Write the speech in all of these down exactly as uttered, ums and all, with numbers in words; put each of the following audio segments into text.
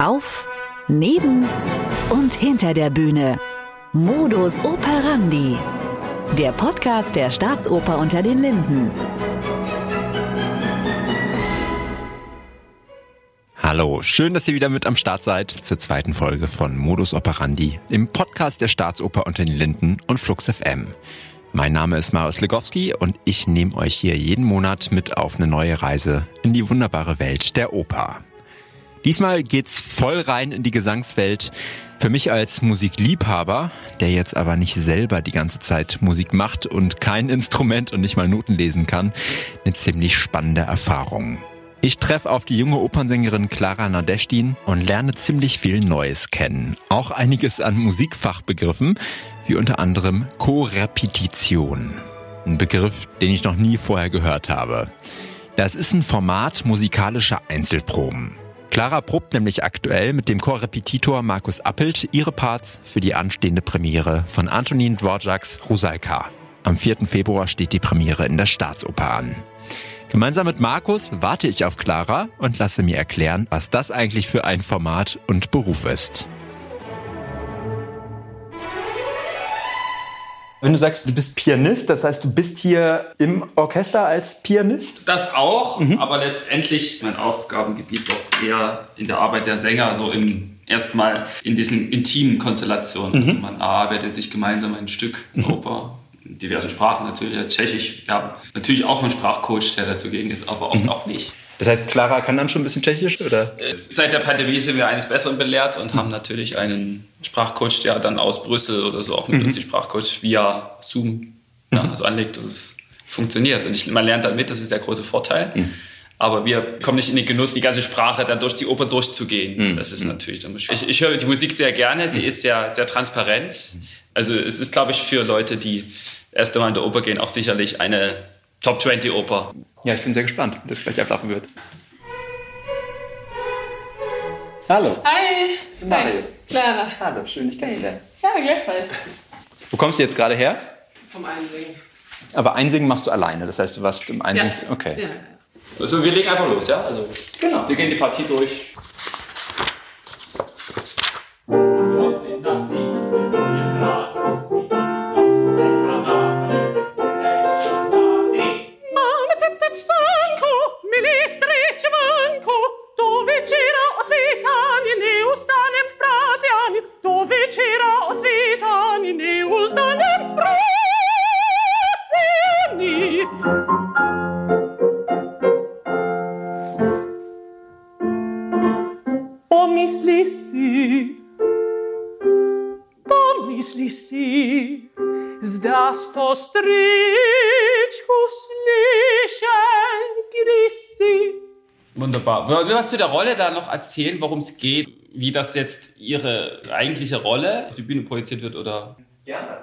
Auf, neben und hinter der Bühne. Modus Operandi. Der Podcast der Staatsoper unter den Linden. Hallo, schön, dass ihr wieder mit am Start seid zur zweiten Folge von Modus Operandi im Podcast der Staatsoper unter den Linden und Flux F M. Mein Name ist Marius Legowski und ich nehme euch hier jeden Monat mit auf eine neue Reise in die wunderbare Welt der Oper. Diesmal geht's voll rein in die Gesangswelt. Für mich als Musikliebhaber, der jetzt aber nicht selber die ganze Zeit Musik macht und kein Instrument und nicht mal Noten lesen kann, eine ziemlich spannende Erfahrung. Ich treffe auf die junge Opernsängerin Klara Nadeshtin und lerne ziemlich viel Neues kennen. Auch einiges an Musikfachbegriffen, wie unter anderem Korrepetition. Ein Begriff, den ich noch nie vorher gehört habe. Das ist ein Format musikalischer Einzelproben. Klara probt nämlich aktuell mit dem Chorrepetitor Markus Appelt ihre Parts für die anstehende Premiere von Antonín Dvořáks Rusalka. Am vierten Februar steht die Premiere in der Staatsoper an. Gemeinsam mit Markus warte ich auf Klara und lasse mir erklären, was das eigentlich für ein Format und Beruf ist. Wenn du sagst, du bist Pianist, das heißt, du bist hier im Orchester als Pianist? Das auch, mhm. aber letztendlich mein Aufgabengebiet doch eher in der Arbeit der Sänger, so im erstmal in diesen intimen Konstellationen. Mhm. Also man erarbeitet sich gemeinsam ein Stück in mhm. Oper, in diversen Sprachen natürlich, Tschechisch. Wir haben natürlich auch einen Sprachcoach, der dazugegen ist, aber oft mhm. auch nicht. Das heißt, Klara kann dann schon ein bisschen Tschechisch, oder? Seit der Pandemie sind wir eines Besseren belehrt und mhm. haben natürlich einen Sprachcoach, der dann aus Brüssel oder so auch mit mhm. uns die Sprachcoach via Zoom mhm. ja, so anlegt, dass es funktioniert. Und ich, man lernt dann mit, das ist der große Vorteil. Mhm. Aber wir kommen nicht in den Genuss, die ganze Sprache dann durch die Oper durchzugehen. Mhm. Das ist natürlich dann schwierig. Ich, ich höre die Musik sehr gerne, sie mhm. ist sehr, sehr transparent. Also es ist, glaube ich, für Leute, die das erste Mal in der Oper gehen, auch sicherlich eine Top zwanzig Oper. Ja, ich bin sehr gespannt, wie das gleich ablaufen wird. Hallo. Hi. Marius. Klara. Hallo, schön, dich kennenzulernen. Ja, gleichfalls. Wo kommst du jetzt gerade her? Vom Einsingen. Aber Einsingen machst du alleine, das heißt, du warst im Einsingen... Ja. Okay. Ja. Also wir legen einfach los, ja? Also, genau. Wir gehen die Partie durch. Wunderbar. Willst du zu der Rolle da noch erzählen, worum es geht? Wie das jetzt Ihre eigentliche Rolle auf die Bühne projiziert wird? Oder? Gerne.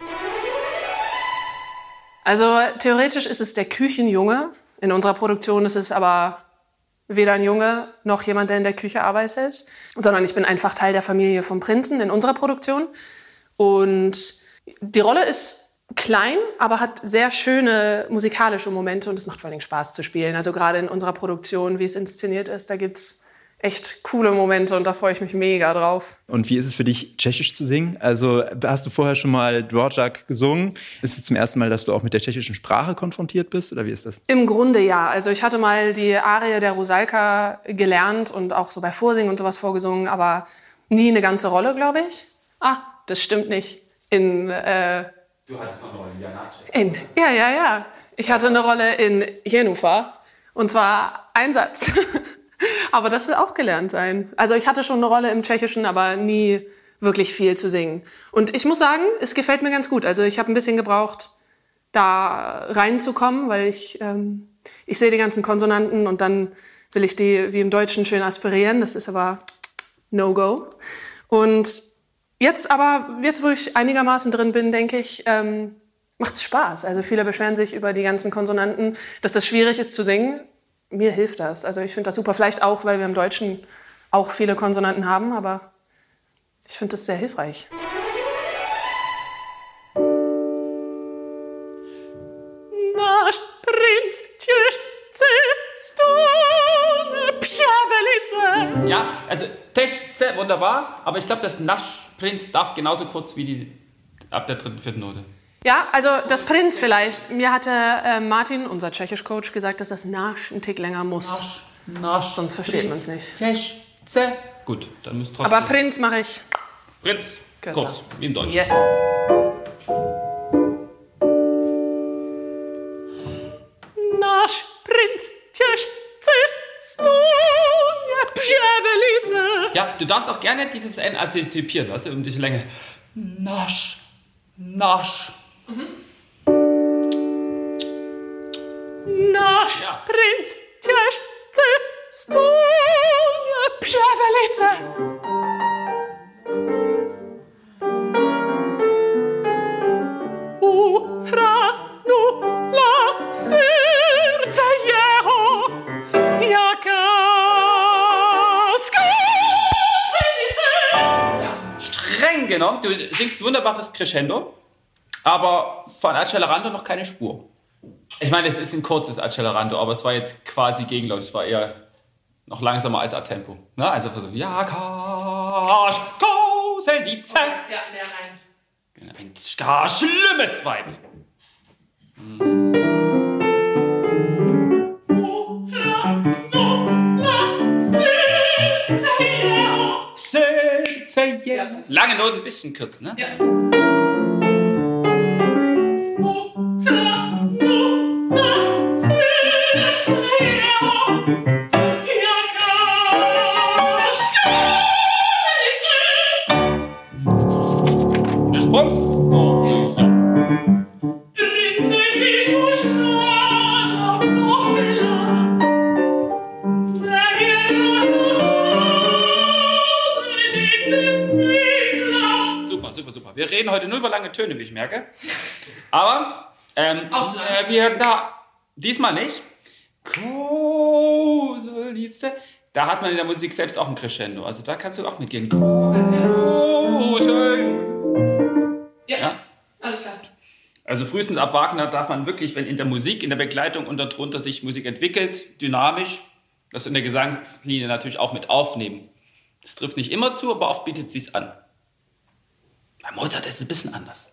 Also theoretisch ist es der Küchenjunge. In unserer Produktion ist es aber weder ein Junge noch jemand, der in der Küche arbeitet, sondern ich bin einfach Teil der Familie vom Prinzen in unserer Produktion. Und die Rolle ist klein, aber hat sehr schöne musikalische Momente und es macht vor allem Spaß zu spielen. Also gerade in unserer Produktion, wie es inszeniert ist, da gibt's echt coole Momente und da freue ich mich mega drauf. Und wie ist es für dich, Tschechisch zu singen? Also hast du vorher schon mal Dvořák gesungen? Ist es zum ersten Mal, dass du auch mit der tschechischen Sprache konfrontiert bist oder wie ist das? Im Grunde ja. Also ich hatte mal die Arie der Rusalka gelernt und auch so bei Vorsingen und sowas vorgesungen, aber nie eine ganze Rolle, glaube ich. Ah, das stimmt nicht. In äh, Du hattest noch eine Rolle in Janáček. In, ja, ja, ja. Ich hatte eine Rolle in Jenůfa. Und zwar ein Satz. Aber das will auch gelernt sein. Also ich hatte schon eine Rolle im Tschechischen, aber nie wirklich viel zu singen. Und ich muss sagen, es gefällt mir ganz gut. Also ich habe ein bisschen gebraucht, da reinzukommen, weil ich, ähm, ich sehe die ganzen Konsonanten und dann will ich die wie im Deutschen schön aspirieren. Das ist aber No-Go. Und Jetzt aber, jetzt wo ich einigermaßen drin bin, denke ich, ähm, macht's Spaß. Also viele beschweren sich über die ganzen Konsonanten, dass das schwierig ist zu singen. Mir hilft das. Also ich finde das super. Vielleicht auch, weil wir im Deutschen auch viele Konsonanten haben, aber ich finde das sehr hilfreich. Nasz princ cieszce stone pszewelice. Ja, also Techze, wunderbar, aber ich glaube, das Nasch-Prinz darf genauso kurz wie die ab der dritten, vierten Note. Ja, also das Prinz vielleicht. Mir hatte äh, Martin, unser Tschechisch-Coach, gesagt, dass das Nasch ein Tick länger muss. Nasch, Nasch, sonst versteht man es nicht. Techze. Gut, dann müsst trotzdem. Aber Prinz mache ich. Prinz, Kürzer. kurz, wie im Deutschen. Yes. Nasz princ cieszcy stunie Pszewelice. Ja, du darfst auch gerne dieses N antizipieren, weißt du, um diese Länge. Nasch, Nasch. Nasz Ja. princ cieszcy stunie Pszewelice. Uhranula serce jeho, jaka skazenice. Streng genommen, du singst wunderbares Crescendo, aber von Accelerando noch keine Spur. Ich meine, es ist ein kurzes Accelerando, aber es war jetzt quasi gegenläufig, es war eher noch langsamer als A-Tempo. Ne? Also so, jaka skazenice. Ja, mehr rein. Ein gar schlimmes Vibe. Serce jeho. Lange Noten, ein bisschen kürzen, ne? Ja. Der Sprung. Oh, ja. Super, super, super. Wir reden heute nur über lange Töne, wie ich merke. Aber ähm, äh, wir da diesmal nicht. Koselice. Da hat man in der Musik selbst auch ein Crescendo. Also da kannst du auch mitgehen. Kosel. Ja, Ja? alles klar. Also frühestens ab Wagner darf man wirklich, wenn in der Musik, in der Begleitung und darunter sich Musik entwickelt, dynamisch, das in der Gesangslinie natürlich auch mit aufnehmen. Das trifft nicht immer zu, aber oft bietet es sich an. Bei Mozart ist es ein bisschen anders.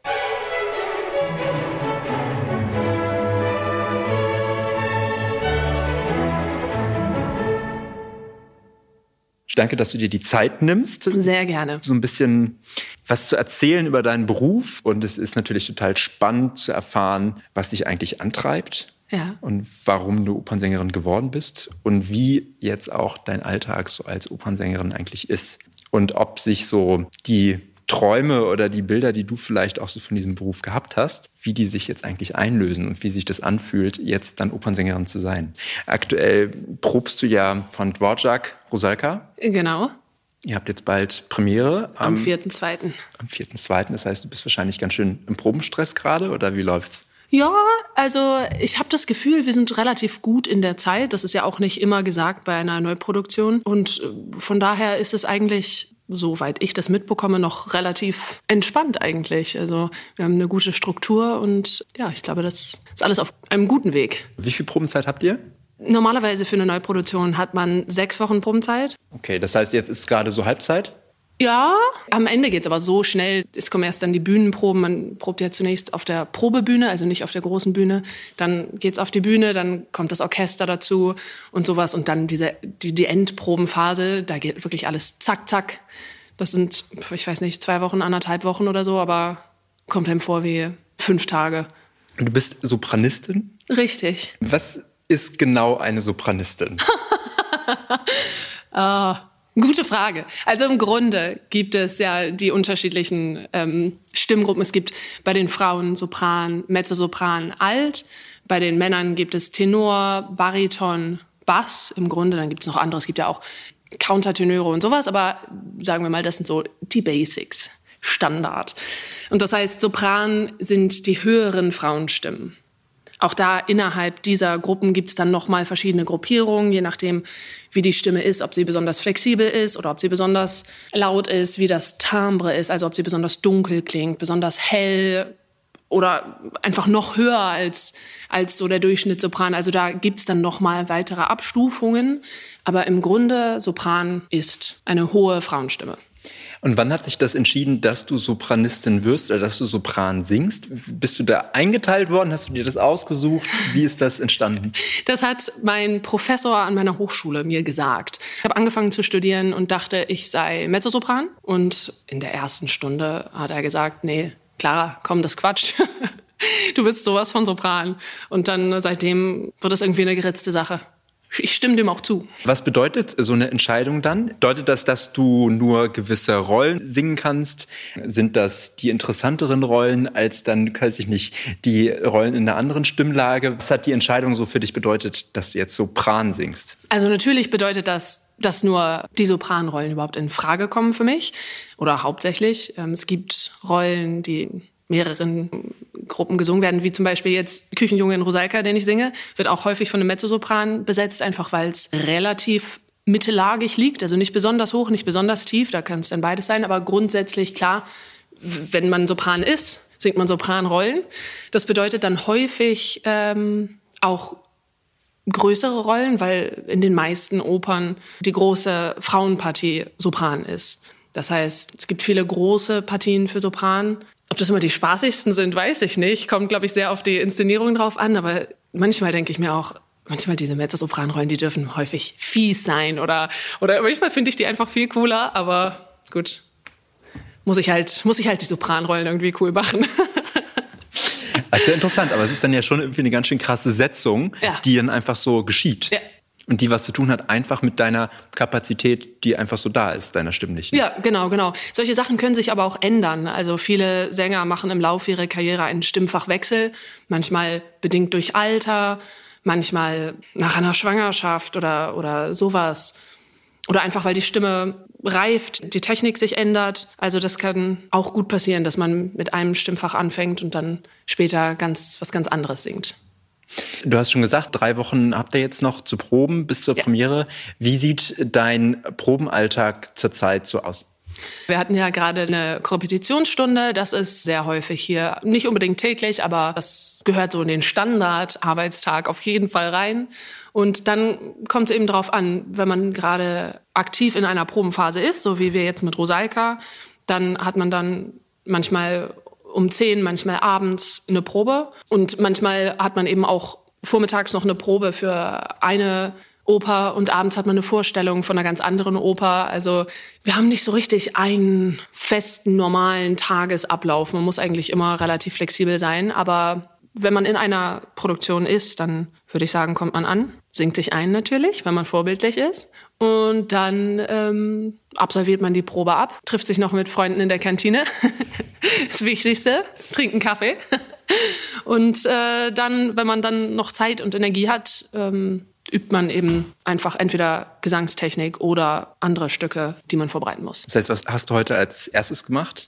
Danke, dass du dir die Zeit nimmst, Sehr gerne. so ein bisschen was zu erzählen über deinen Beruf. Und es ist natürlich total spannend zu erfahren, was dich eigentlich antreibt Ja. und warum du Opernsängerin geworden bist und wie jetzt auch dein Alltag so als Opernsängerin eigentlich ist. Und ob sich so die Träume oder die Bilder, die du vielleicht auch so von diesem Beruf gehabt hast, wie die sich jetzt eigentlich einlösen und wie sich das anfühlt, jetzt dann Opernsängerin zu sein. Aktuell probst du ja von Dvorak Rusalka. Genau. Ihr habt jetzt bald Premiere Am vierten zweiten am vierten zweiten Das heißt, du bist wahrscheinlich ganz schön im Probenstress gerade, oder wie läuft's? Ja, also ich habe das Gefühl, wir sind relativ gut in der Zeit. Das ist ja auch nicht immer gesagt bei einer Neuproduktion. Und von daher ist es eigentlich, soweit ich das mitbekomme, noch relativ entspannt eigentlich. Also wir haben eine gute Struktur und ja, ich glaube, das ist alles auf einem guten Weg. Wie viel Probenzeit habt ihr? Normalerweise für eine Neuproduktion hat man sechs Wochen Probenzeit. Okay, das heißt, jetzt ist gerade so Halbzeit? Ja, am Ende geht's aber so schnell. Es kommen erst dann die Bühnenproben. Man probt ja zunächst auf der Probebühne, also nicht auf der großen Bühne. Dann geht's auf die Bühne, dann kommt das Orchester dazu und sowas. Und dann diese, die, die Endprobenphase, da geht wirklich alles zack, zack. Das sind, ich weiß nicht, zwei Wochen, anderthalb Wochen oder so, aber kommt einem vor wie fünf Tage. Du bist Sopranistin? Richtig. Was ist genau eine Sopranistin? Ah, gute Frage. Also im Grunde gibt es ja die unterschiedlichen ähm, Stimmgruppen. Es gibt bei den Frauen Sopran, Mezzosopran, Alt. Bei den Männern gibt es Tenor, Bariton, Bass. Im Grunde, dann gibt es noch andere. Es gibt ja auch Countertenöre und sowas. Aber sagen wir mal, das sind so die Basics, Standard. Und das heißt, Sopran sind die höheren Frauenstimmen. Auch da innerhalb dieser Gruppen gibt es dann nochmal verschiedene Gruppierungen, je nachdem, wie die Stimme ist, ob sie besonders flexibel ist oder ob sie besonders laut ist, wie das Timbre ist, also ob sie besonders dunkel klingt, besonders hell oder einfach noch höher als, als so der Durchschnittssopran. Also da gibt's dann noch mal weitere Abstufungen. Aber im Grunde, Sopran ist eine hohe Frauenstimme. Und wann hat sich das entschieden, dass du Sopranistin wirst oder dass du Sopran singst? Bist du da eingeteilt worden? Hast du dir das ausgesucht? Wie ist das entstanden? Das hat mein Professor an meiner Hochschule mir gesagt. Ich habe angefangen zu studieren und dachte, ich sei Mezzosopran. Und in der ersten Stunde hat er gesagt, nee, Clara, komm, das ist Quatsch. Du bist sowas von Sopran. Und dann seitdem wird das irgendwie eine geritzte Sache. Ich stimme dem auch zu. Was bedeutet so eine Entscheidung dann? Bedeutet das, dass du nur gewisse Rollen singen kannst? Sind das die interessanteren Rollen als dann, weiß ich nicht, die Rollen in einer anderen Stimmlage? Was hat die Entscheidung so für dich bedeutet, dass du jetzt Sopran singst? Also natürlich bedeutet das, dass nur die Sopranrollen überhaupt in Frage kommen für mich. Oder hauptsächlich. Es gibt Rollen, die mehreren Gruppen gesungen werden, wie zum Beispiel jetzt Küchenjunge in Rusalka, den ich singe, wird auch häufig von einem Mezzosopran besetzt, einfach weil es relativ mittellagig liegt, also nicht besonders hoch, nicht besonders tief, da kann es dann beides sein, aber grundsätzlich klar, wenn man Sopran ist, singt man Sopranrollen. Das bedeutet dann häufig ähm, auch größere Rollen, weil in den meisten Opern die große Frauenpartie Sopran ist. Das heißt, es gibt viele große Partien für Sopran. Ob das immer die spaßigsten sind, weiß ich nicht. Kommt, glaube ich, sehr auf die Inszenierung drauf an. Aber manchmal denke ich mir auch, manchmal diese Mezzosopranrollen, die dürfen häufig fies sein. Oder, oder manchmal finde ich die einfach viel cooler. Aber gut, muss ich halt, muss ich halt die Sopranrollen irgendwie cool machen. Das ist ja interessant, aber es ist dann ja schon irgendwie eine ganz schön krasse Setzung, ja. die dann einfach so geschieht. Ja. Und die was zu tun hat einfach mit deiner Kapazität, die einfach so da ist, deiner stimmlichen. Ja, genau, genau. Solche Sachen können sich aber auch ändern. Also viele Sänger machen im Laufe ihrer Karriere einen Stimmfachwechsel. Manchmal bedingt durch Alter, manchmal nach einer Schwangerschaft oder, oder sowas. Oder einfach, weil die Stimme reift, die Technik sich ändert. Also das kann auch gut passieren, dass man mit einem Stimmfach anfängt und dann später ganz, was ganz anderes singt. Du hast schon gesagt, drei Wochen habt ihr jetzt noch zu proben bis zur ja. Premiere. Wie sieht dein Probenalltag zurzeit so aus? Wir hatten ja gerade eine Korrepetitionsstunde. Das ist sehr häufig hier, nicht unbedingt täglich, aber das gehört so in den Standardarbeitstag auf jeden Fall rein. Und dann kommt es eben drauf an, wenn man gerade aktiv in einer Probenphase ist, so wie wir jetzt mit Rusalka, dann hat man dann manchmal um zehn, manchmal abends eine Probe. Und manchmal hat man eben auch vormittags noch eine Probe für eine Oper und abends hat man eine Vorstellung von einer ganz anderen Oper. Also wir haben nicht so richtig einen festen, normalen Tagesablauf. Man muss eigentlich immer relativ flexibel sein. Aber wenn man in einer Produktion ist, dann würde ich sagen, kommt man an, singt sich ein natürlich, wenn man vorbildlich ist. Und dann ähm, absolviert man die Probe ab, trifft sich noch mit Freunden in der Kantine. Das Wichtigste, trinkt einen Kaffee. Und äh, dann, wenn man dann noch Zeit und Energie hat, ähm, übt man eben einfach entweder Gesangstechnik oder andere Stücke, die man vorbereiten muss. Das heißt, was hast du heute als erstes gemacht?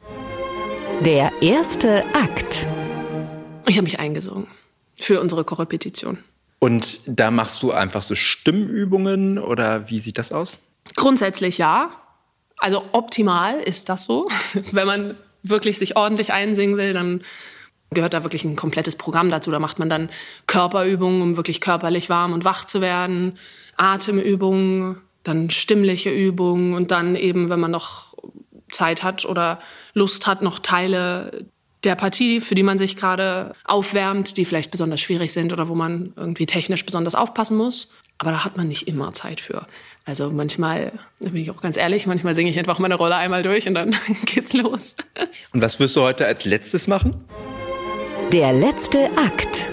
Der erste Akt. Ich habe mich eingesungen für unsere Korrepetition. Und da machst du einfach so Stimmübungen oder wie sieht das aus? Grundsätzlich ja. Also optimal ist das so. Wenn man wirklich sich ordentlich einsingen will, dann gehört da wirklich ein komplettes Programm dazu. Da macht man dann Körperübungen, um wirklich körperlich warm und wach zu werden, Atemübungen, dann stimmliche Übungen und dann eben, wenn man noch Zeit hat oder Lust hat, noch Teile der Partie, für die man sich gerade aufwärmt, die vielleicht besonders schwierig sind oder wo man irgendwie technisch besonders aufpassen muss. Aber da hat man nicht immer Zeit für. Also manchmal, da bin ich auch ganz ehrlich, manchmal singe ich einfach meine Rolle einmal durch und dann geht's los. Und was wirst du heute als letztes machen? Der letzte Akt.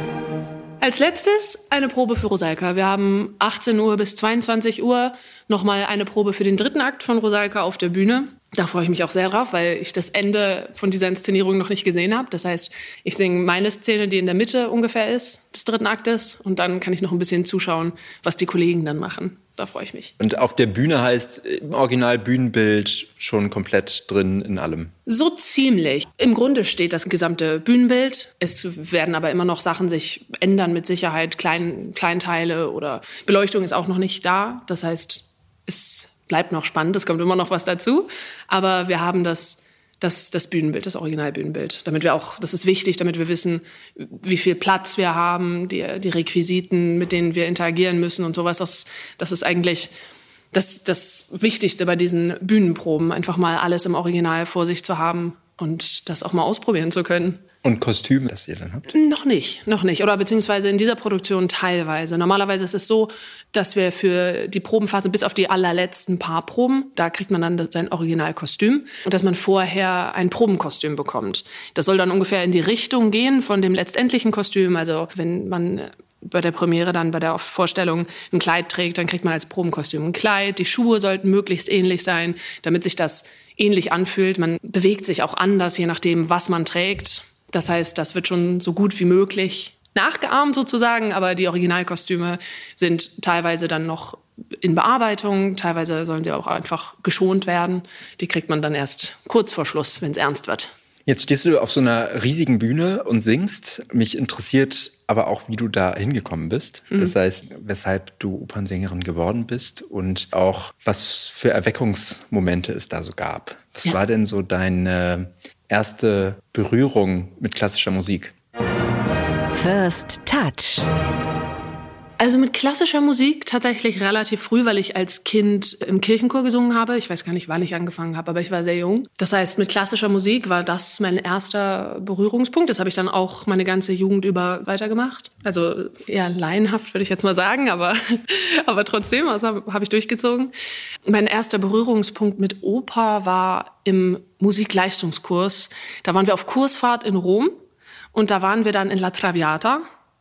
Als letztes eine Probe für Rusalka. Wir haben achtzehn Uhr bis zweiundzwanzig Uhr nochmal eine Probe für den dritten Akt von Rusalka auf der Bühne. Da freue ich mich auch sehr drauf, weil ich das Ende von dieser Inszenierung noch nicht gesehen habe. Das heißt, ich singe meine Szene, die in der Mitte ungefähr ist, des dritten Aktes. Und dann kann ich noch ein bisschen zuschauen, was die Kollegen dann machen. Da freue ich mich. Und auf der Bühne heißt im Original Bühnenbild schon komplett drin in allem? So ziemlich. Im Grunde steht das gesamte Bühnenbild. Es werden aber immer noch Sachen sich ändern mit Sicherheit. Klein, Kleinteile oder Beleuchtung ist auch noch nicht da. Das heißt, es bleibt noch spannend. Es kommt immer noch was dazu. Aber wir haben das, das, das Bühnenbild, das Originalbühnenbild. Damit wir auch, das ist wichtig, damit wir wissen, wie viel Platz wir haben, die, die Requisiten, mit denen wir interagieren müssen und sowas. Das, das ist eigentlich das, das Wichtigste bei diesen Bühnenproben, einfach mal alles im Original vor sich zu haben und das auch mal ausprobieren zu können. Und Kostüme, das ihr dann habt? Noch nicht, noch nicht. Oder beziehungsweise in dieser Produktion teilweise. Normalerweise ist es so, dass wir für die Probenphase bis auf die allerletzten paar Proben, da kriegt man dann sein Originalkostüm und dass man vorher ein Probenkostüm bekommt. Das soll dann ungefähr in die Richtung gehen von dem letztendlichen Kostüm. Also wenn man bei der Premiere dann bei der Vorstellung ein Kleid trägt, dann kriegt man als Probenkostüm ein Kleid. Die Schuhe sollten möglichst ähnlich sein, damit sich das ähnlich anfühlt. Man bewegt sich auch anders, je nachdem, was man trägt. Das heißt, das wird schon so gut wie möglich nachgeahmt sozusagen, aber die Originalkostüme sind teilweise dann noch in Bearbeitung, teilweise sollen sie auch einfach geschont werden. Die kriegt man dann erst kurz vor Schluss, wenn es ernst wird. Jetzt stehst du auf so einer riesigen Bühne und singst. Mich interessiert aber auch, wie du da hingekommen bist. Mhm. Das heißt, weshalb du Opernsängerin geworden bist und auch, was für Erweckungsmomente es da so gab. Was ja. war denn so deine erste Berührung mit klassischer Musik? First Touch. Also mit klassischer Musik tatsächlich relativ früh, weil ich als Kind im Kirchenchor gesungen habe. Ich weiß gar nicht, wann ich angefangen habe, aber ich war sehr jung. Das heißt, mit klassischer Musik war das mein erster Berührungspunkt. Das habe ich dann auch meine ganze Jugend über weitergemacht. Also eher laienhaft, würde ich jetzt mal sagen, aber, aber trotzdem, also habe hab ich durchgezogen. Mein erster Berührungspunkt mit Oper war im Musikleistungskurs. Da waren wir auf Kursfahrt in Rom und da waren wir dann in La Traviata.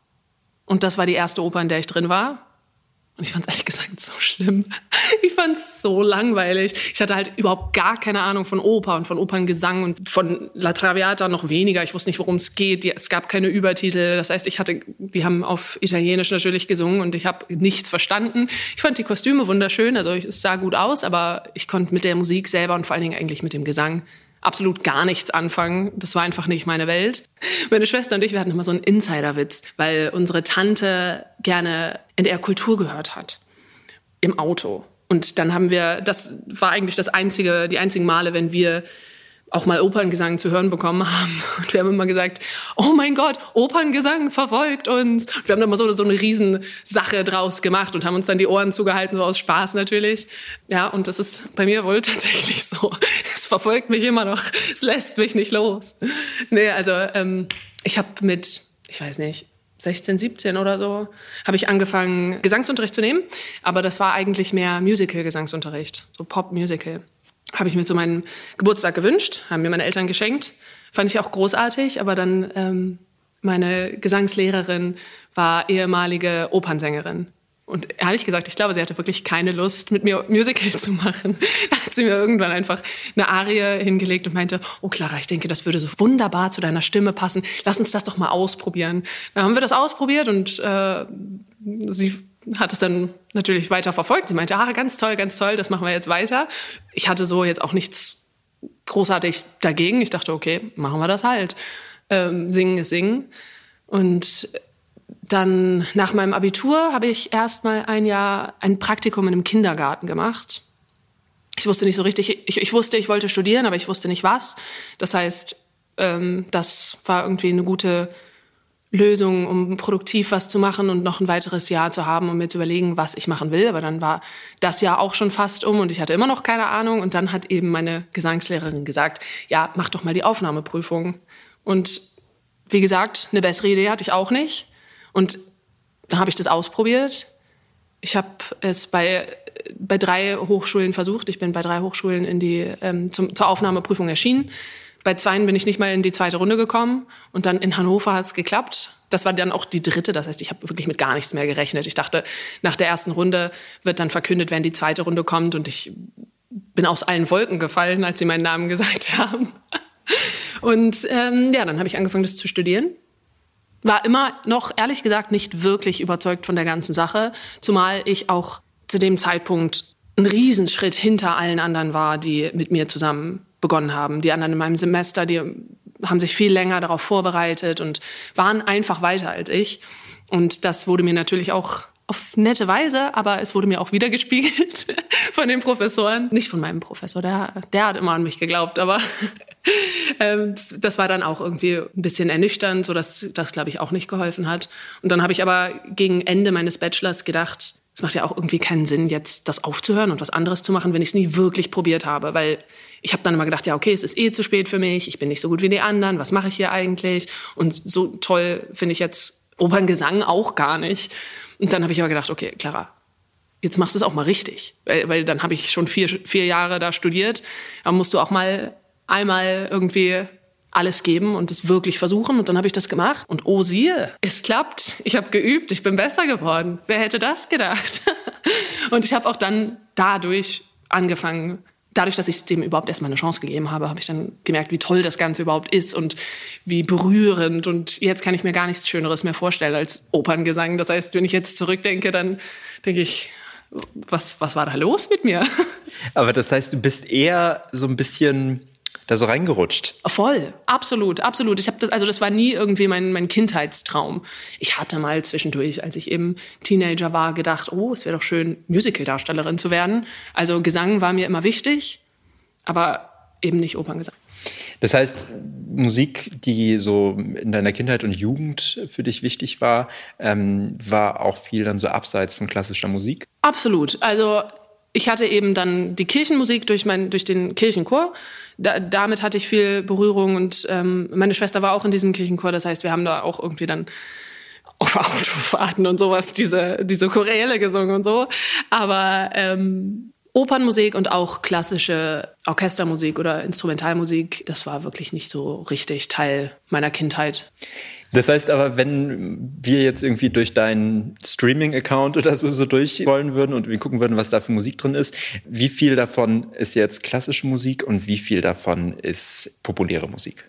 Und das war die erste Oper, in der ich drin war. Und ich fand es ehrlich gesagt so schlimm. Ich fand es so langweilig. Ich hatte halt überhaupt gar keine Ahnung von Oper und von Operngesang und von La Traviata noch weniger. Ich wusste nicht, worum es geht. Es gab keine Übertitel. Das heißt, ich hatte, die haben auf Italienisch natürlich gesungen und ich habe nichts verstanden. Ich fand die Kostüme wunderschön. Also es sah gut aus, aber ich konnte mit der Musik selber und vor allen Dingen eigentlich mit dem Gesang absolut gar nichts anfangen. Das war einfach nicht meine Welt. Meine Schwester und ich, wir hatten immer so einen Insiderwitz, weil unsere Tante gerne N D R Kultur gehört hat. Im Auto. Und dann haben wir, das war eigentlich das einzige, die einzigen Male, wenn wir auch mal Operngesang zu hören bekommen haben. Und wir haben immer gesagt, oh mein Gott, Operngesang verfolgt uns. Und wir haben dann mal so, so eine Riesensache draus gemacht und haben uns dann die Ohren zugehalten, so aus Spaß natürlich. Ja, und das ist bei mir wohl tatsächlich so. Es verfolgt mich immer noch. Es lässt mich nicht los. Nee, also ähm, ich habe mit, ich weiß nicht, sechzehn, siebzehn oder so, habe ich angefangen, Gesangsunterricht zu nehmen. Aber das war eigentlich mehr Musical-Gesangsunterricht, so Pop-Musical. Habe ich mir zu meinem Geburtstag gewünscht, haben mir meine Eltern geschenkt. Fand ich auch großartig, aber dann ähm, meine Gesangslehrerin war ehemalige Opernsängerin. Und ehrlich gesagt, ich glaube, sie hatte wirklich keine Lust, mit mir Musical zu machen. Da hat sie mir irgendwann einfach eine Arie hingelegt und meinte, oh Clara, ich denke, das würde so wunderbar zu deiner Stimme passen. Lass uns das doch mal ausprobieren. Dann haben wir das ausprobiert und äh, sie hat es dann natürlich weiter verfolgt. Sie meinte, ah, ganz toll, ganz toll, das machen wir jetzt weiter. Ich hatte so jetzt auch nichts großartig dagegen. Ich dachte, okay, machen wir das halt. Ähm, singen ist singen. Und dann nach meinem Abitur habe ich erst mal ein Jahr ein Praktikum in einem Kindergarten gemacht. Ich wusste nicht so richtig, ich, ich wusste, ich wollte studieren, aber ich wusste nicht was. Das heißt, ähm, das war irgendwie eine gute Lösung, um produktiv was zu machen und noch ein weiteres Jahr zu haben, um mir zu überlegen, was ich machen will. Aber dann war das Jahr auch schon fast um und ich hatte immer noch keine Ahnung. Und dann hat eben meine Gesangslehrerin gesagt, ja, mach doch mal die Aufnahmeprüfung. Und wie gesagt, eine bessere Idee hatte ich auch nicht. Und dann habe ich das ausprobiert. Ich habe es bei, bei drei Hochschulen versucht. Ich bin bei drei Hochschulen in die, ähm, zum, zur Aufnahmeprüfung erschienen. Bei zweien bin ich nicht mal in die zweite Runde gekommen. Und dann in Hannover hat es geklappt. Das war dann auch die dritte. Das heißt, ich habe wirklich mit gar nichts mehr gerechnet. Ich dachte, nach der ersten Runde wird dann verkündet, wenn die zweite Runde kommt. Und ich bin aus allen Wolken gefallen, als sie meinen Namen gesagt haben. Und ähm, ja, dann habe ich angefangen, das zu studieren. War immer noch, ehrlich gesagt, nicht wirklich überzeugt von der ganzen Sache. Zumal ich auch zu dem Zeitpunkt einen Riesenschritt hinter allen anderen war, die mit mir zusammen begonnen haben. Die anderen in meinem Semester, die haben sich viel länger darauf vorbereitet und waren einfach weiter als ich. Und das wurde mir natürlich auch auf nette Weise, aber es wurde mir auch wiedergespiegelt von den Professoren. Nicht von meinem Professor, der, der hat immer an mich geglaubt, aber ähm, das, das war dann auch irgendwie ein bisschen ernüchternd, sodass das, glaube ich, auch nicht geholfen hat. Und dann habe ich aber gegen Ende meines Bachelors gedacht, es macht ja auch irgendwie keinen Sinn, jetzt das aufzuhören und was anderes zu machen, wenn ich es nie wirklich probiert habe. Weil ich habe dann immer gedacht, ja, okay, es ist eh zu spät für mich, ich bin nicht so gut wie die anderen, was mache ich hier eigentlich? Und so toll finde ich jetzt Operngesang auch gar nicht. Und dann habe ich aber gedacht, okay, Clara, jetzt machst du es auch mal richtig. Weil, weil dann habe ich schon vier, vier Jahre da studiert. Da musst du auch mal einmal irgendwie alles geben und es wirklich versuchen. Und dann habe ich das gemacht. Und oh siehe, es klappt. Ich habe geübt, ich bin besser geworden. Wer hätte das gedacht? Und ich habe auch dann dadurch angefangen, dadurch, dass ich dem überhaupt erstmal eine Chance gegeben habe, habe ich dann gemerkt, wie toll das Ganze überhaupt ist und wie berührend. Und jetzt kann ich mir gar nichts Schöneres mehr vorstellen als Operngesang. Das heißt, wenn ich jetzt zurückdenke, dann denke ich, was, was war da los mit mir? Aber das heißt, du bist eher so ein bisschen da so reingerutscht. Voll, absolut, absolut. Ich habe das, also das war nie irgendwie mein, mein Kindheitstraum. Ich hatte mal zwischendurch, als ich eben Teenager war, gedacht, oh, es wäre doch schön, Musicaldarstellerin zu werden. Also Gesang war mir immer wichtig, aber eben nicht Operngesang. Das heißt, Musik, die so in deiner Kindheit und Jugend für dich wichtig war, ähm, war auch viel dann so abseits von klassischer Musik? Absolut. Also ich hatte eben dann die Kirchenmusik durch, mein, durch den Kirchenchor. Da, damit hatte ich viel Berührung und ähm, meine Schwester war auch in diesem Kirchenchor. Das heißt, wir haben da auch irgendwie dann auf Autofahrten und sowas diese, diese Choräle gesungen und so. Aber ähm, Opernmusik und auch klassische Orchestermusik oder Instrumentalmusik, das war wirklich nicht so richtig Teil meiner Kindheit. Das heißt aber, wenn wir jetzt irgendwie durch deinen Streaming-Account oder so, so durchwollen würden und wir gucken würden, was da für Musik drin ist, wie viel davon ist jetzt klassische Musik und wie viel davon ist populäre Musik?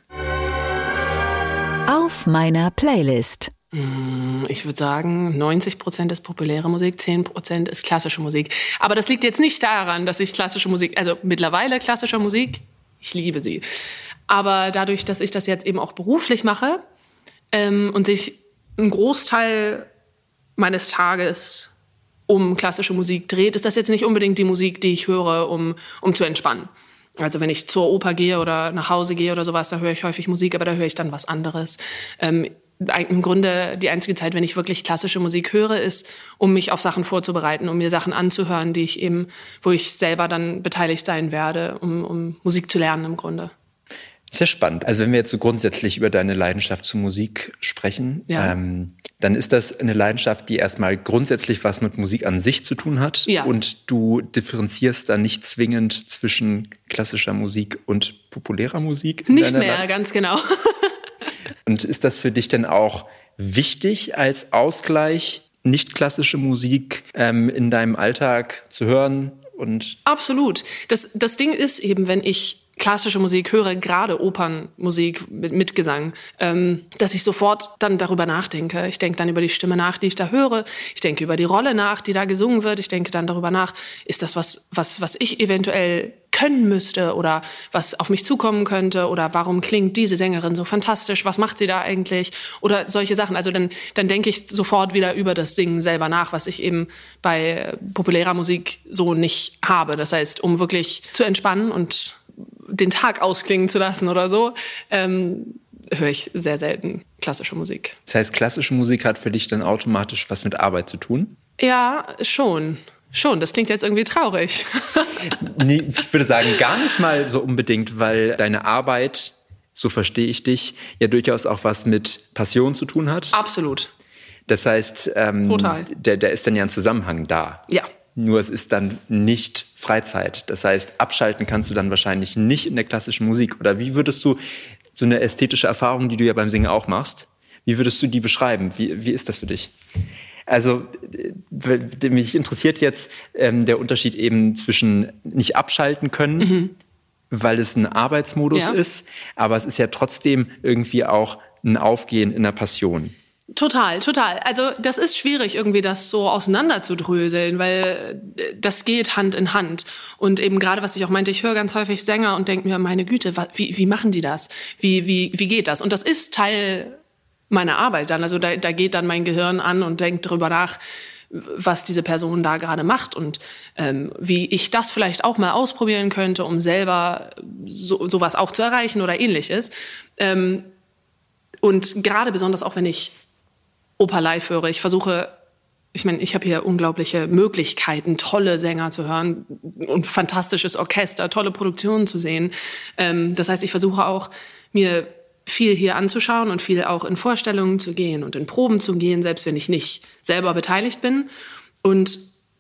Auf meiner Playlist. Ich würde sagen, neunzig Prozent ist populäre Musik, zehn Prozent ist klassische Musik. Aber das liegt jetzt nicht daran, dass ich klassische Musik, also mittlerweile klassische Musik, ich liebe sie. Aber dadurch, dass ich das jetzt eben auch beruflich mache, Ähm, und sich ein Großteil meines Tages um klassische Musik dreht, ist das jetzt nicht unbedingt die Musik, die ich höre, um, um zu entspannen. Also wenn ich zur Oper gehe oder nach Hause gehe oder sowas, da höre ich häufig Musik, aber da höre ich dann was anderes. Ähm, im Grunde die einzige Zeit, wenn ich wirklich klassische Musik höre, ist, um mich auf Sachen vorzubereiten, um mir Sachen anzuhören, die ich eben, wo ich selber dann beteiligt sein werde, um, um Musik zu lernen im Grunde. Sehr spannend. Also wenn wir jetzt so grundsätzlich über deine Leidenschaft zur Musik sprechen, ja. ähm, dann ist das eine Leidenschaft, die erstmal grundsätzlich was mit Musik an sich zu tun hat. Ja. Und du differenzierst dann nicht zwingend zwischen klassischer Musik und populärer Musik. Nicht mehr, Le- ganz genau. Und ist das für dich denn auch wichtig als Ausgleich, nicht klassische Musik ähm, in deinem Alltag zu hören? Und Absolut. Das, das Ding ist eben, wenn ich klassische Musik höre, gerade Opernmusik mit, mit Gesang, ähm, dass ich sofort dann darüber nachdenke. Ich denke dann über die Stimme nach, die ich da höre. Ich denke über die Rolle nach, die da gesungen wird. Ich denke dann darüber nach, ist das was, was, was ich eventuell können müsste oder was auf mich zukommen könnte oder warum klingt diese Sängerin so fantastisch, was macht sie da eigentlich oder solche Sachen. Also dann, dann denke ich sofort wieder über das Singen selber nach, was ich eben bei populärer Musik so nicht habe. Das heißt, um wirklich zu entspannen und den Tag ausklingen zu lassen oder so, ähm, höre ich sehr selten klassische Musik. Das heißt, klassische Musik hat für dich dann automatisch was mit Arbeit zu tun? Ja, schon. Schon, das klingt jetzt irgendwie traurig. Nee, ich würde sagen, gar nicht mal so unbedingt, weil deine Arbeit, so verstehe ich dich, ja durchaus auch was mit Passion zu tun hat. Absolut. Das heißt, ähm, Total. Der, der ist dann ja ein Zusammenhang da. Ja. Nur es ist dann nicht Freizeit. Das heißt, abschalten kannst du dann wahrscheinlich nicht in der klassischen Musik. Oder wie würdest du so eine ästhetische Erfahrung, die du ja beim Singen auch machst, wie würdest du die beschreiben? Wie, wie ist das für dich? Also mich interessiert jetzt ähm, der Unterschied eben zwischen nicht abschalten können, mhm. weil es ein Arbeitsmodus ja. ist, aber es ist ja trotzdem irgendwie auch ein Aufgehen in der Passion. Total, total. Also das ist schwierig, irgendwie das so auseinanderzudröseln, weil das geht Hand in Hand. Und eben gerade, was ich auch meinte, ich höre ganz häufig Sänger und denke mir, meine Güte, wie, wie machen die das? Wie, wie, wie geht das? Und das ist Teil meiner Arbeit dann. Also da, da geht dann mein Gehirn an und denkt darüber nach, was diese Person da gerade macht und ähm, wie ich das vielleicht auch mal ausprobieren könnte, um selber so, sowas auch zu erreichen oder Ähnliches. Ähm, und gerade besonders auch, wenn ich Oper live höre, ich versuche, ich meine, ich habe hier unglaubliche Möglichkeiten, tolle Sänger zu hören und fantastisches Orchester, tolle Produktionen zu sehen. Ähm, das heißt, ich versuche auch, mir viel hier anzuschauen und viel auch in Vorstellungen zu gehen und in Proben zu gehen, selbst wenn ich nicht selber beteiligt bin. Und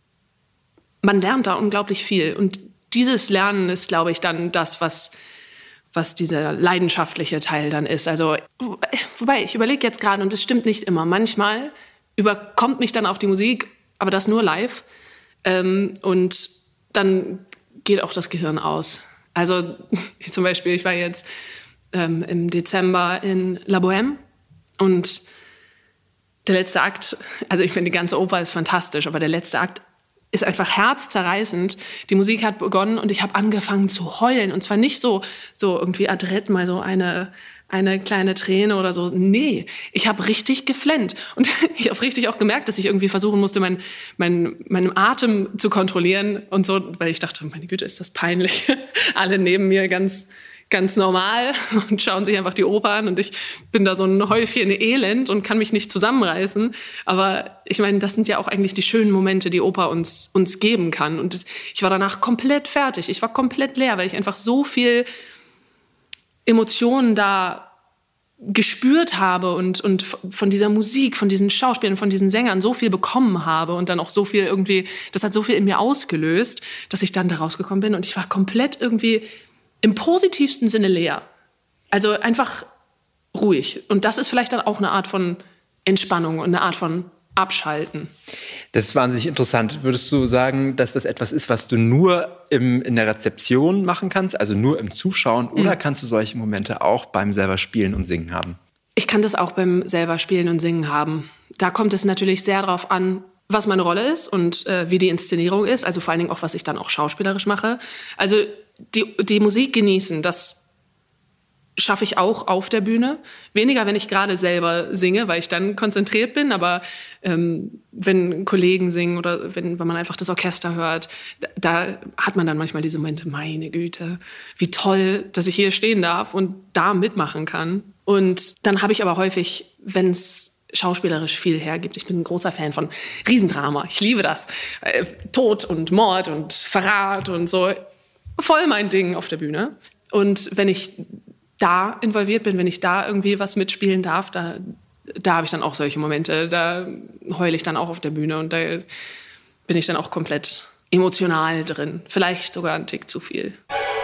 man lernt da unglaublich viel. Und dieses Lernen ist, glaube ich, dann das, was, was dieser leidenschaftliche Teil dann ist. Also, wobei, ich überlege jetzt gerade, und das stimmt nicht immer, manchmal überkommt mich dann auch die Musik, aber das nur live. Ähm, und dann geht auch das Gehirn aus. Also zum Beispiel, ich war jetzt ähm, im Dezember in La Bohème und der letzte Akt, also ich finde, die ganze Oper ist fantastisch, aber der letzte Akt ist einfach herzzerreißend. Die Musik hat begonnen und ich habe angefangen zu heulen. Und zwar nicht so, so irgendwie adrett mal so eine, eine kleine Träne oder so. Nee, ich habe richtig geflennt. Und ich habe richtig auch gemerkt, dass ich irgendwie versuchen musste, mein, mein, meinen Atem zu kontrollieren und so, weil ich dachte, meine Güte, ist das peinlich. Alle neben mir ganz... ganz normal und schauen sich einfach die Oper an und ich bin da so ein Häufchen Elend und kann mich nicht zusammenreißen. Aber ich meine, das sind ja auch eigentlich die schönen Momente, die Oper uns, uns geben kann. Und das, ich war danach komplett fertig. Ich war komplett leer, weil ich einfach so viel Emotionen da gespürt habe und, und von dieser Musik, von diesen Schauspielern, von diesen Sängern so viel bekommen habe und dann auch so viel irgendwie, das hat so viel in mir ausgelöst, dass ich dann da rausgekommen bin und ich war komplett irgendwie im positivsten Sinne leer. Also einfach ruhig. Und das ist vielleicht dann auch eine Art von Entspannung und eine Art von Abschalten. Das ist wahnsinnig interessant. Würdest du sagen, dass das etwas ist, was du nur im, in der Rezeption machen kannst, also nur im Zuschauen, mhm. oder kannst du solche Momente auch beim selber Spielen und Singen haben? Ich kann das auch beim selber Spielen und Singen haben. Da kommt es natürlich sehr darauf an, was meine Rolle ist und äh, wie die Inszenierung ist. Also vor allen Dingen auch, was ich dann auch schauspielerisch mache. Also Die, die Musik genießen, das schaffe ich auch auf der Bühne. Weniger, wenn ich gerade selber singe, weil ich dann konzentriert bin. Aber ähm, wenn Kollegen singen oder wenn, wenn man einfach das Orchester hört, da, da hat man dann manchmal diese Momente, meine Güte, wie toll, dass ich hier stehen darf und da mitmachen kann. Und dann habe ich aber häufig, wenn es schauspielerisch viel hergibt. Ich bin ein großer Fan von Riesendrama. Ich liebe das. Äh, Tod und Mord und Verrat und so. Voll mein Ding auf der Bühne. Und wenn ich da involviert bin, wenn ich da irgendwie was mitspielen darf, da, da habe ich dann auch solche Momente. Da heule ich dann auch auf der Bühne und da bin ich dann auch komplett emotional drin. Vielleicht sogar ein Tick zu viel.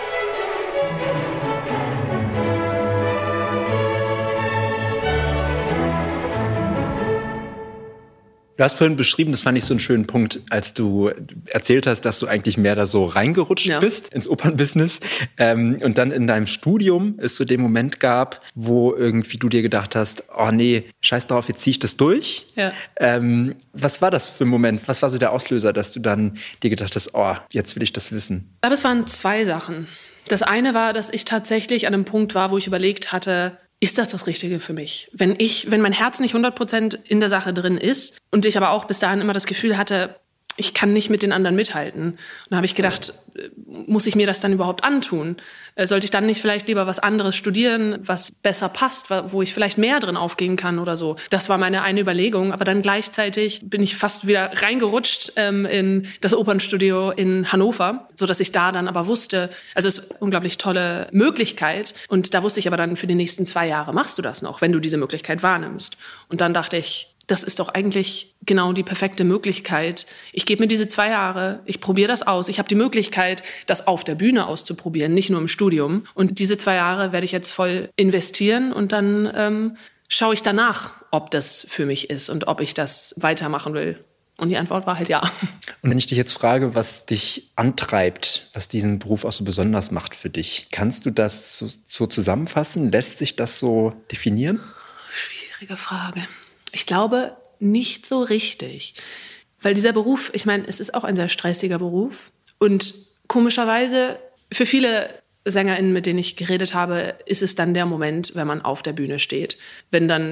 Du hast vorhin beschrieben, das fand ich so einen schönen Punkt, als du erzählt hast, dass du eigentlich mehr da so reingerutscht ja. bist ins Opernbusiness ähm, und dann in deinem Studium es so den Moment gab, wo irgendwie du dir gedacht hast, oh nee, scheiß drauf, jetzt zieh ich das durch. Ja. Ähm, was war das für ein Moment? Was war so der Auslöser, dass du dann dir gedacht hast, oh, jetzt will ich das wissen? Ich glaube, es waren zwei Sachen. Das eine war, dass ich tatsächlich an einem Punkt war, wo ich überlegt hatte, ist das das Richtige für mich? Wenn ich, wenn mein Herz nicht hundert Prozent in der Sache drin ist und ich aber auch bis dahin immer das Gefühl hatte, ich kann nicht mit den anderen mithalten. Und da habe ich gedacht, muss ich mir das dann überhaupt antun? Sollte ich dann nicht vielleicht lieber was anderes studieren, was besser passt, wo ich vielleicht mehr drin aufgehen kann oder so? Das war meine eine Überlegung. Aber dann gleichzeitig bin ich fast wieder reingerutscht ähm, in das Opernstudio in Hannover, sodass ich da dann aber wusste, also es ist eine unglaublich tolle Möglichkeit. Und da wusste ich aber dann, für die nächsten zwei Jahre machst du das noch, wenn du diese Möglichkeit wahrnimmst. Und dann dachte ich, das ist doch eigentlich genau die perfekte Möglichkeit. Ich gebe mir diese zwei Jahre, ich probiere das aus. Ich habe die Möglichkeit, das auf der Bühne auszuprobieren, nicht nur im Studium. Und diese zwei Jahre werde ich jetzt voll investieren und dann ähm, schaue ich danach, ob das für mich ist und ob ich das weitermachen will. Und die Antwort war halt ja. Und wenn ich dich jetzt frage, was dich antreibt, was diesen Beruf auch so besonders macht für dich, kannst du das so, so zusammenfassen? Lässt sich das so definieren? Schwierige Frage. Ich glaube, nicht so richtig. Weil dieser Beruf, ich meine, es ist auch ein sehr stressiger Beruf. Und komischerweise, für viele SängerInnen, mit denen ich geredet habe, ist es dann der Moment, wenn man auf der Bühne steht. Wenn dann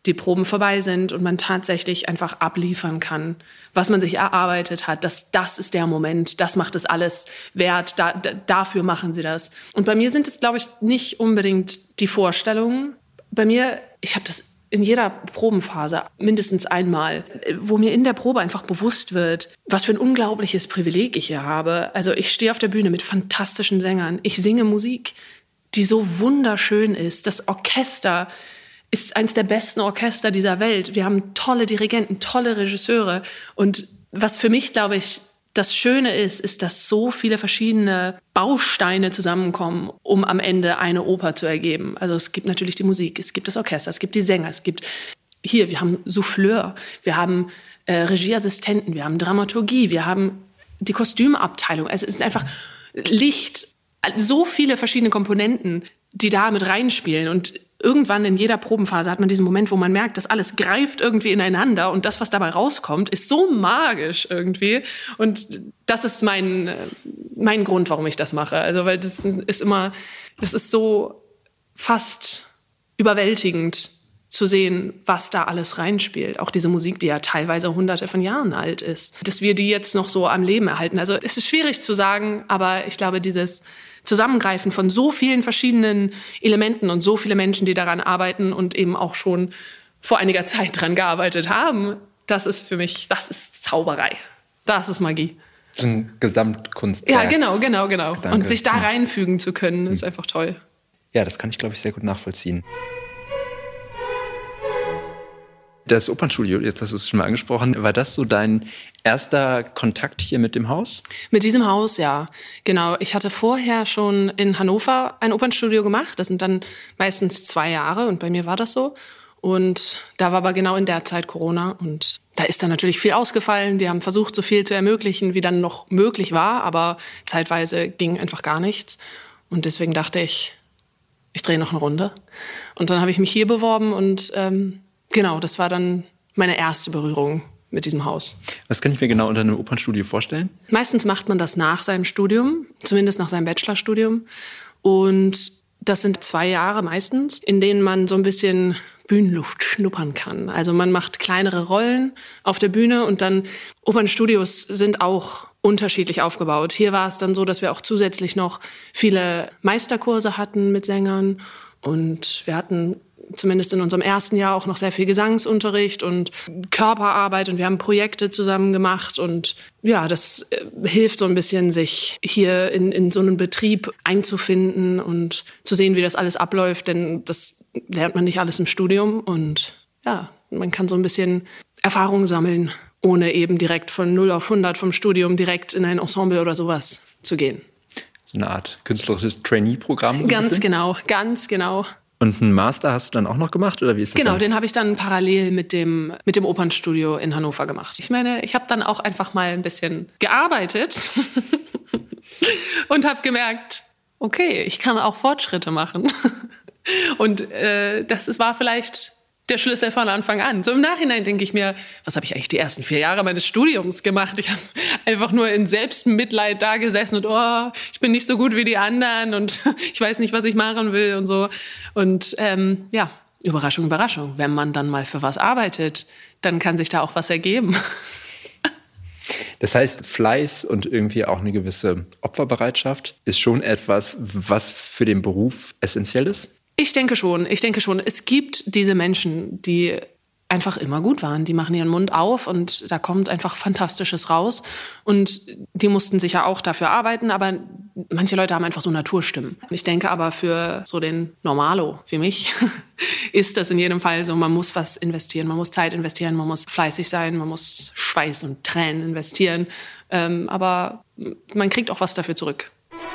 die Proben vorbei sind und man tatsächlich einfach abliefern kann, was man sich erarbeitet hat. Das, das ist der Moment, das macht es alles wert, da, da, dafür machen sie das. Und bei mir sind es, glaube ich, nicht unbedingt die Vorstellungen. Bei mir, ich habe das in jeder Probenphase mindestens einmal, wo mir in der Probe einfach bewusst wird, was für ein unglaubliches Privileg ich hier habe. Also ich stehe auf der Bühne mit fantastischen Sängern. Ich singe Musik, die so wunderschön ist. Das Orchester ist eines der besten Orchester dieser Welt. Wir haben tolle Dirigenten, tolle Regisseure. Und was für mich, glaube ich, das Schöne ist, ist, dass so viele verschiedene Bausteine zusammenkommen, um am Ende eine Oper zu ergeben. Also es gibt natürlich die Musik, es gibt das Orchester, es gibt die Sänger, es gibt hier, wir haben Souffleur, wir haben äh, Regieassistenten, wir haben Dramaturgie, wir haben die Kostümabteilung. Also es ist einfach Licht, so viele verschiedene Komponenten, die da mit reinspielen. Und irgendwann in jeder Probenphase hat man diesen Moment, wo man merkt, dass alles greift irgendwie ineinander und das, was dabei rauskommt, ist so magisch irgendwie. Und das ist mein, mein Grund, warum ich das mache. Also, weil das ist immer, das ist so fast überwältigend zu sehen, was da alles reinspielt. Auch diese Musik, die ja teilweise hunderte von Jahren alt ist. Dass wir die jetzt noch so am Leben erhalten. Also es ist schwierig zu sagen, aber ich glaube, dieses Zusammengreifen von so vielen verschiedenen Elementen und so viele Menschen, die daran arbeiten und eben auch schon vor einiger Zeit dran gearbeitet haben, das ist für mich, das ist Zauberei. Das ist Magie. Das ist ein Gesamtkunstwerk. Ja, genau, genau, genau. Danke. Und sich da reinfügen zu können, ist einfach toll. Ja, das kann ich, glaube ich, sehr gut nachvollziehen. Das Opernstudio, jetzt hast du es schon mal angesprochen, war das so dein erster Kontakt hier mit dem Haus? Mit diesem Haus, ja. Genau. Ich hatte vorher schon in Hannover ein Opernstudio gemacht. Das sind dann meistens zwei Jahre und bei mir war das so. Und da war aber genau in der Zeit Corona und da ist dann natürlich viel ausgefallen. Die haben versucht, so viel zu ermöglichen, wie dann noch möglich war, aber zeitweise ging einfach gar nichts. Und deswegen dachte ich, ich drehe noch eine Runde. Und dann habe ich mich hier beworben und ähm, genau, das war dann meine erste Berührung mit diesem Haus. Was kann ich mir genau unter einem Opernstudio vorstellen? Meistens macht man das nach seinem Studium, zumindest nach seinem Bachelorstudium. Und das sind zwei Jahre meistens, in denen man so ein bisschen Bühnenluft schnuppern kann. Also man macht kleinere Rollen auf der Bühne und dann Opernstudios sind auch unterschiedlich aufgebaut. Hier war es dann so, dass wir auch zusätzlich noch viele Meisterkurse hatten mit Sängern und wir hatten zumindest in unserem ersten Jahr auch noch sehr viel Gesangsunterricht und Körperarbeit und wir haben Projekte zusammen gemacht und ja, das äh, hilft so ein bisschen, sich hier in, in so einen Betrieb einzufinden und zu sehen, wie das alles abläuft, denn das lernt man nicht alles im Studium und ja, man kann so ein bisschen Erfahrung sammeln, ohne eben direkt von null auf hundert vom Studium direkt in ein Ensemble oder sowas zu gehen. So eine Art künstlerisches Trainee-Programm? Ganz genau, ganz genau. Und einen Master hast du dann auch noch gemacht oder wie ist das? Genau, dann? Den habe ich dann parallel mit dem mit dem Opernstudio in Hannover gemacht. Ich meine, ich habe dann auch einfach mal ein bisschen gearbeitet und habe gemerkt, okay, ich kann auch Fortschritte machen. Und äh, das war vielleicht der Schlüssel von Anfang an. So im Nachhinein denke ich mir, was habe ich eigentlich die ersten vier Jahre meines Studiums gemacht? Ich habe einfach nur in Selbstmitleid da gesessen und oh, ich bin nicht so gut wie die anderen und ich weiß nicht, was ich machen will und so. Und ähm, ja, Überraschung, Überraschung. Wenn man dann mal für was arbeitet, dann kann sich da auch was ergeben. Das heißt, Fleiß und irgendwie auch eine gewisse Opferbereitschaft ist schon etwas, was für den Beruf essentiell ist? Ich denke schon, ich denke schon. Es gibt diese Menschen, die einfach immer gut waren. Die machen ihren Mund auf und da kommt einfach Fantastisches raus. Und die mussten sicher auch dafür arbeiten, aber manche Leute haben einfach so Naturstimmen. Ich denke aber für so den Normalo wie mich ist das in jedem Fall so, man muss was investieren, man muss Zeit investieren, man muss fleißig sein, man muss Schweiß und Tränen investieren. Ähm, aber man kriegt auch was dafür zurück.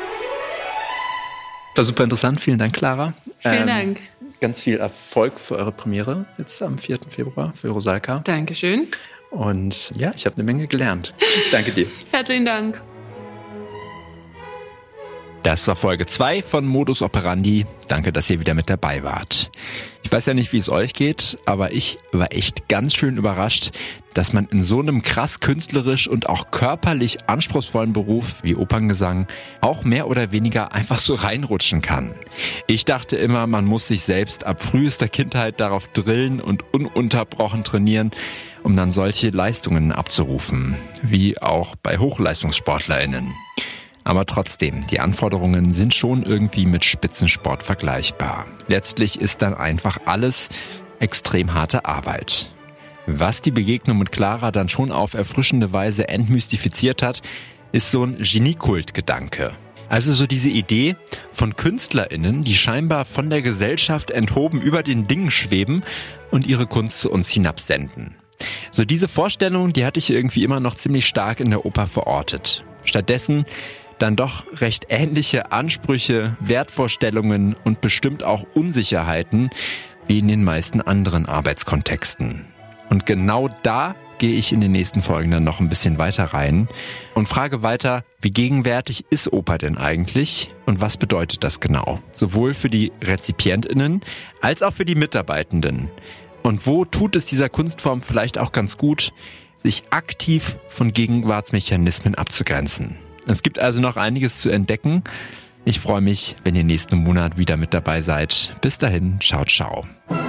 War super interessant. Vielen Dank, Clara. Vielen ähm, Dank. Ganz viel Erfolg für eure Premiere jetzt am vierten Februar für Rusalka. Dankeschön. Und ja, ich habe eine Menge gelernt. Danke dir. Herzlichen Dank. Das war Folge zwei von Modus Operandi. Danke, dass ihr wieder mit dabei wart. Ich weiß ja nicht, wie es euch geht, aber ich war echt ganz schön überrascht, dass man in so einem krass künstlerisch und auch körperlich anspruchsvollen Beruf wie Operngesang auch mehr oder weniger einfach so reinrutschen kann. Ich dachte immer, man muss sich selbst ab frühester Kindheit darauf drillen und ununterbrochen trainieren, um dann solche Leistungen abzurufen, wie auch bei HochleistungssportlerInnen. Aber trotzdem, die Anforderungen sind schon irgendwie mit Spitzensport vergleichbar. Letztlich ist dann einfach alles extrem harte Arbeit. Was die Begegnung mit Clara dann schon auf erfrischende Weise entmystifiziert hat, ist so ein Geniekult-Gedanke. Also so diese Idee von KünstlerInnen, die scheinbar von der Gesellschaft enthoben über den Dingen schweben und ihre Kunst zu uns hinabsenden. So diese Vorstellung, die hatte ich irgendwie immer noch ziemlich stark in der Oper verortet. Stattdessen dann doch recht ähnliche Ansprüche, Wertvorstellungen und bestimmt auch Unsicherheiten wie in den meisten anderen Arbeitskontexten. Und genau da gehe ich in den nächsten Folgen dann noch ein bisschen weiter rein und frage weiter, wie gegenwärtig ist Oper denn eigentlich und was bedeutet das genau? Sowohl für die RezipientInnen als auch für die Mitarbeitenden. Und wo tut es dieser Kunstform vielleicht auch ganz gut, sich aktiv von Gegenwartsmechanismen abzugrenzen? Es gibt also noch einiges zu entdecken. Ich freue mich, wenn ihr nächsten Monat wieder mit dabei seid. Bis dahin, ciao, ciao.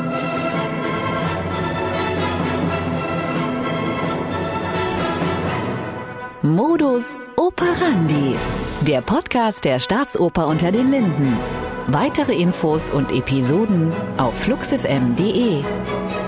Modus Operandi, der Podcast der Staatsoper unter den Linden. Weitere Infos und Episoden auf fluxfm punkt de.